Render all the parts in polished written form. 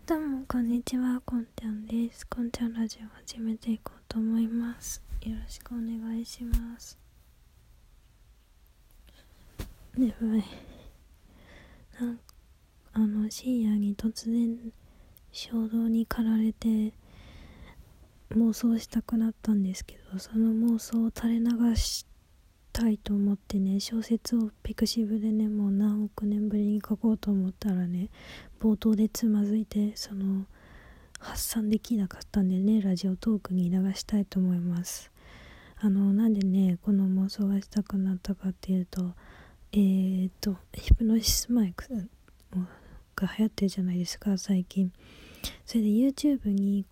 どうもこんにちは、こんちゃんです。こんちゃんラジオ始めていこうと思います。よろしくお願いします。眠い。深夜に突然衝動に駆られて妄想したくなったんですけど、その妄想を垂れ流したいと思ってね、小説をピクシブでね、もう何億年ぶりに書こうと思ったらね、冒頭でつまずいて、発散できなかったんでね、ラジオトークに流したいと思います。なんでね、この妄想がしたくなったかっていうと、ヒプノシスマイクが流行ってるじゃないですか、最近。それで YouTube に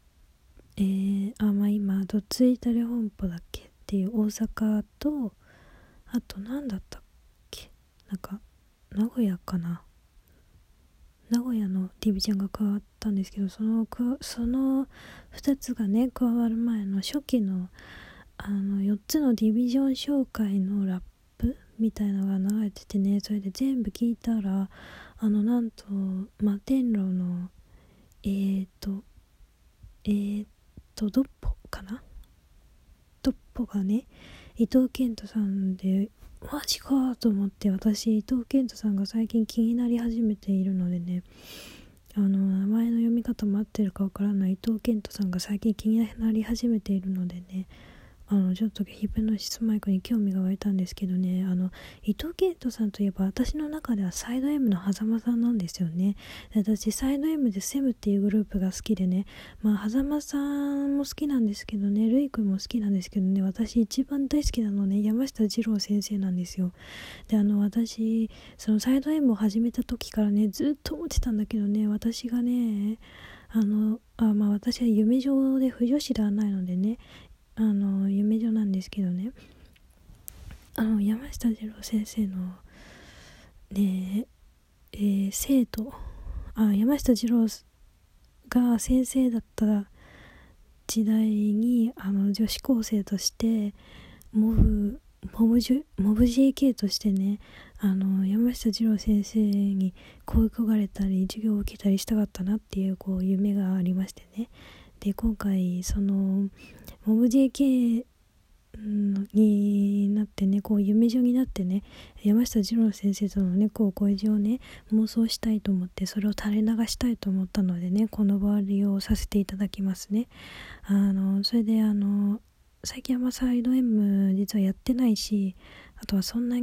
今、どついたれ本舗だっけっていう大阪と、あと何だったっけ、名古屋かな。名古屋のディビジョンが加わったんですけど、その2つがね、加わる前の初期の4つのディビジョン紹介のラップみたいなのが流れててね、それで全部聞いたら、なんと摩天楼のドッポかな、ドッポがね、伊藤健人さんで、マジかと思って、私伊藤健人さんが最近気になり始めているのでね、名前の読み方も合ってるかわからない伊藤健人さんが最近気になり始めているのでね、ちょっとヒプノシスマイクに興味が湧いたんですけどね、伊藤健人さんといえば私の中ではサイド M の狭間さんなんですよね。私サイド M でセムっていうグループが好きでね、狭間さんも好きなんですけどね、ルイ君も好きなんですけどね、私一番大好きなのね、山下二郎先生なんですよ。で、私そのサイド M を始めた時からね、ずっと思ってたんだけどね、私がね、私は夢女で不女子ではないのでね、夢女なんですけどね、山下二郎先生のね、生徒、山下二郎が先生だった時代に女子高生としてモブ JK としてね、山下二郎先生に恋焦がれたり授業を受けたりしたかったなっていう夢がありましてね。で、今回そのモブ JK になってね、夢女になってね、山下二郎先生とのね、恋路をね、妄想したいと思って、それを垂れ流したいと思ったのでね、この場を利用させていただきますね。それで最近はサイド M 実はやってないし、あとはそんな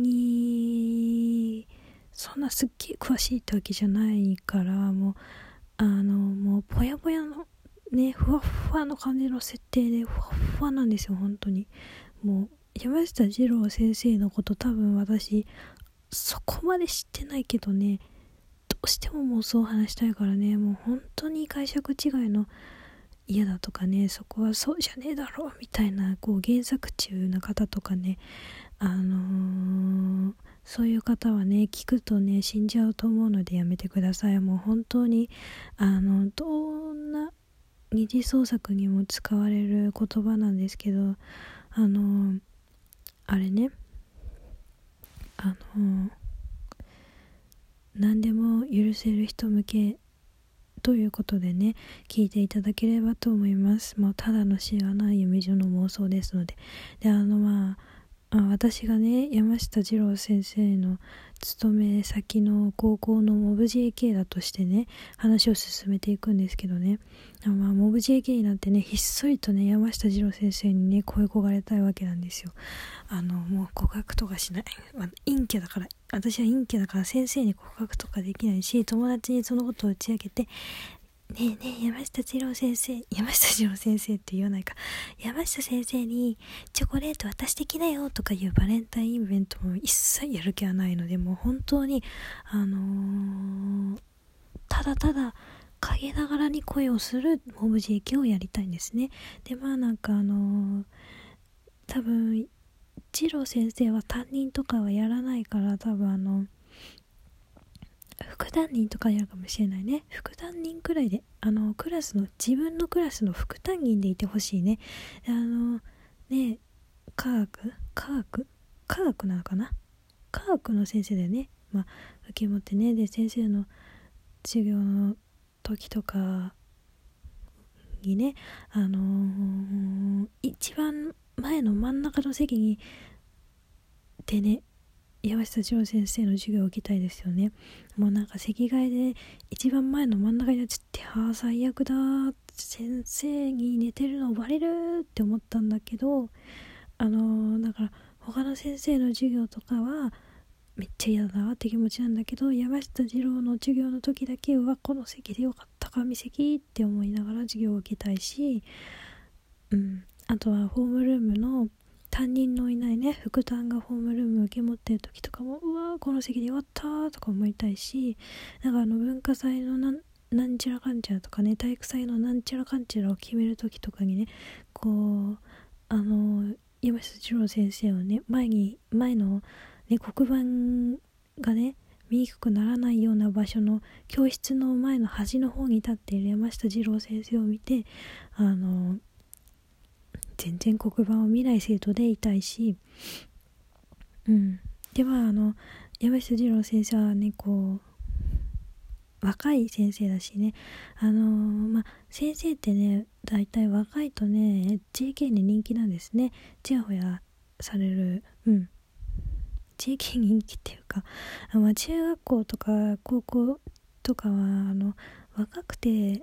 すっげえ詳しいってわけじゃないから、もうぽやぽやのね、ふわふわの感じの設定で、ふわふわなんですよ、本当に。もう山下二郎先生のこと多分私そこまで知ってないけどね、どうしても妄想を話したいからね、もう本当に解釈違いの嫌だとかね、そこはそうじゃねえだろうみたいな原作中な方とかね、そういう方はね、聞くとね死んじゃうと思うのでやめてください。もう本当にどんな二次創作にも使われる言葉なんですけど、あれね、何でも許せる人向けということでね、聞いていただければと思います。もうただの知らない夢女の妄想ですので。で、私がね、山下二郎先生の勤め先の高校のモブ JK だとしてね、話を進めていくんですけどね、モブ JK になってね、ひっそりとね、山下二郎先生にね、恋焦がれたいわけなんですよ。もう告白とかしない。陰キャだから、私は陰キャだから先生に告白とかできないし、友達にそのことを打ち明けて、ねえねえ、山下二郎先生って言わないか。山下先生にチョコレート渡してきなよとかいうバレンタインイベントも一切やる気はないので、もう本当に、ただただ陰ながらに恋をするモブ JK をやりたいんですね。で、多分、二郎先生は担任とかはやらないから、多分副担任とかやるかもしれないね。副担任くらいで、自分のクラスの副担任でいてほしいね。ね、科学なのかな、科学の先生だよね。受け持ってね、で、先生の授業の時とかにね、一番前の真ん中の席にでね、山下二郎先生の授業を受けたいですよね。もうなんか席替えで一番前の真ん中になっちゃって、最悪だ、先生に寝てるのバレるって思ったんだけど、だから他の先生の授業とかはめっちゃ嫌だなって気持ちなんだけど、山下二郎の授業の時だけはこの席でよかった、神席って思いながら授業を受けたいし、あとはホームルームの担任のいないね、副担がホームルーム受け持ってる時とかも、うわーこの席でよかったーとか思いたいし、なんか文化祭のなんちゃらかんちゃらとかね、体育祭のなんちゃらかんちゃらを決める時とかにね、こう山下二郎先生をね、前のね、黒板がね見にくくならないような場所の教室の前の端の方に立っている山下二郎先生を見て、全然黒板を見ない生徒でいたいし、では山下二郎先生はね、こう若い先生だしね、先生ってね、だいたい若いとね JK に人気なんですね。ちやほやされる、JK 人気っていうか、中学校とか高校とかは若くて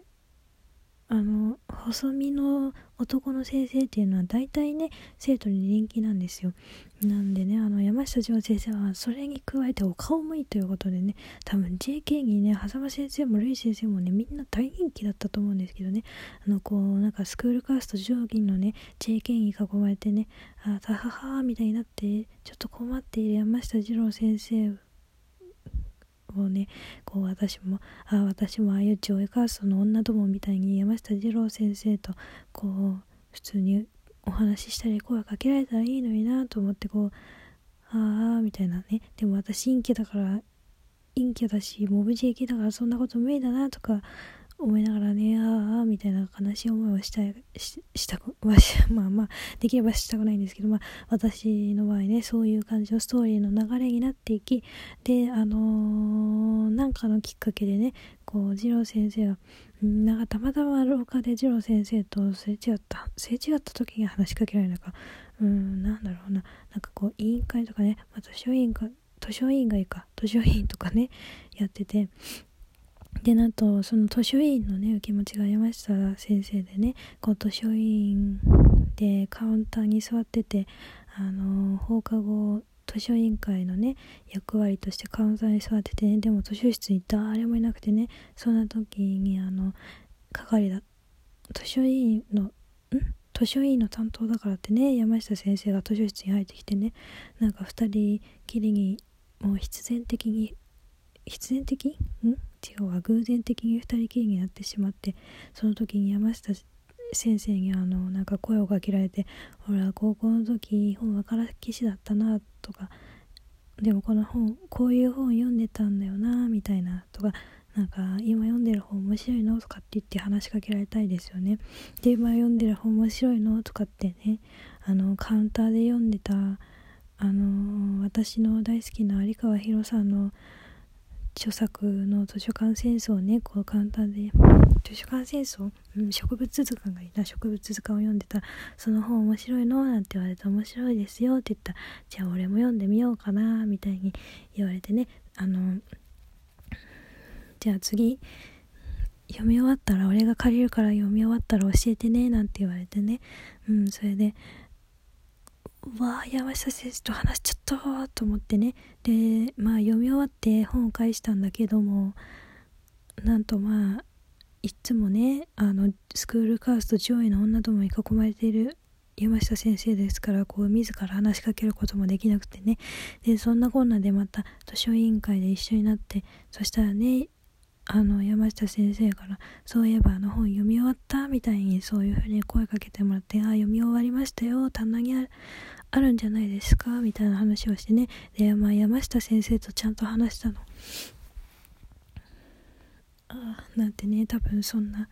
細身の男の先生っていうのは大体ね生徒に人気なんですよ。なんでね、山下二郎先生はそれに加えてお顔もいいということでね、多分 JK にね、狭間先生もルイ先生もね、みんな大人気だったと思うんですけどね、こうなんかスクールカースト上銀のね JK に囲まれてね、タハハーみたいになってちょっと困っている山下二郎先生をね、こう私もああいう上位カーストの女どもみたいに山下二郎先生とこう普通にお話ししたり声かけられたらいいのになと思って、こうみたいなね。でも私陰キャだしモブ JK だからそんなこと無理だなとか思いながらね、みたいな悲しい思いをしたくできればしたくないんですけど、私の場合ね、そういう感じのストーリーの流れになっていき、でなんかのきっかけでね、こう二郎先生がなんかたまたま廊下で二郎先生とすれ違った時に話しかけられるのか、なんだろうな、なんかこう委員会とかね、図書委員とかねやってて、でなんとその図書委員のね受け持ちが山下先生でね、こう図書委員でカウンターに座ってて、放課後図書委員会のね役割としてカウンターに座っててね、でも図書室に誰もいなくてね、そんな時に図書委員の担当だからってね、山下先生が図書室に入ってきてね、なんか二人きりにもう必然的偶然的に二人きりになってしまって、その時に山下先生になんか声をかけられて、ほら高校の時本わからっきしだったなとか、でもこういう本読んでたんだよなみたいなとか、なんか今読んでる本面白いのとかって言って話しかけられたいですよね。で今読んでる本面白いのとかってね、カウンターで読んでた私の大好きな有川博さんの著作の図書館戦争をね、こうカウンターで図書館戦争、植物図鑑がいいな、植物図鑑を読んでた、その本面白いのなんて言われて、面白いですよって言ったら、じゃあ俺も読んでみようかなみたいに言われてね、じゃあ次読み終わったら俺が借りるから読み終わったら教えてねなんて言われてね、それで山下先生と話しちゃったと思ってね、で読み終わって本を返したんだけども、なんといつもねスクールカースト上位の女どもに囲まれている山下先生ですから、こう自ら話しかけることもできなくてね、でそんなこんなでまた図書委員会で一緒になって、そしたらね山下先生から、そういえば本読み終わったみたいにそういう風に声かけてもらって、読み終わりましたよ、棚にあるんじゃないですかみたいな話をしてね、で山下先生とちゃんと話したのなんてね、多分そんな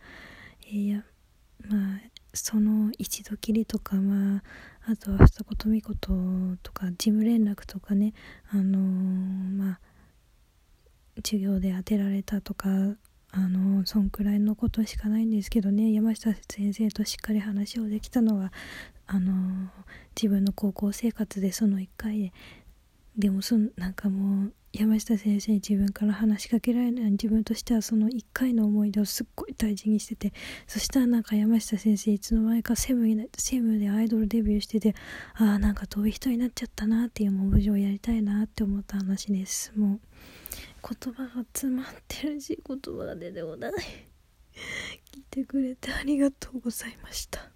その一度きりとかあとは二言三言とか事務連絡とかね、授業で当てられたとか、 そんくらいのことしかないんですけどね、山下先生としっかり話をできたのは自分の高校生活でその1回で、でもなんかもう山下先生に自分から話しかけられない自分としては、その1回の思い出をすっごい大事にしてて、そしたらなんか山下先生いつの間にかセブンでアイドルデビューしてて、なんか遠い人になっちゃったなっていう、もう無事をやりたいなって思った話です。もう言葉が詰まってるし言葉が出てこない聞いてくれてありがとうございました。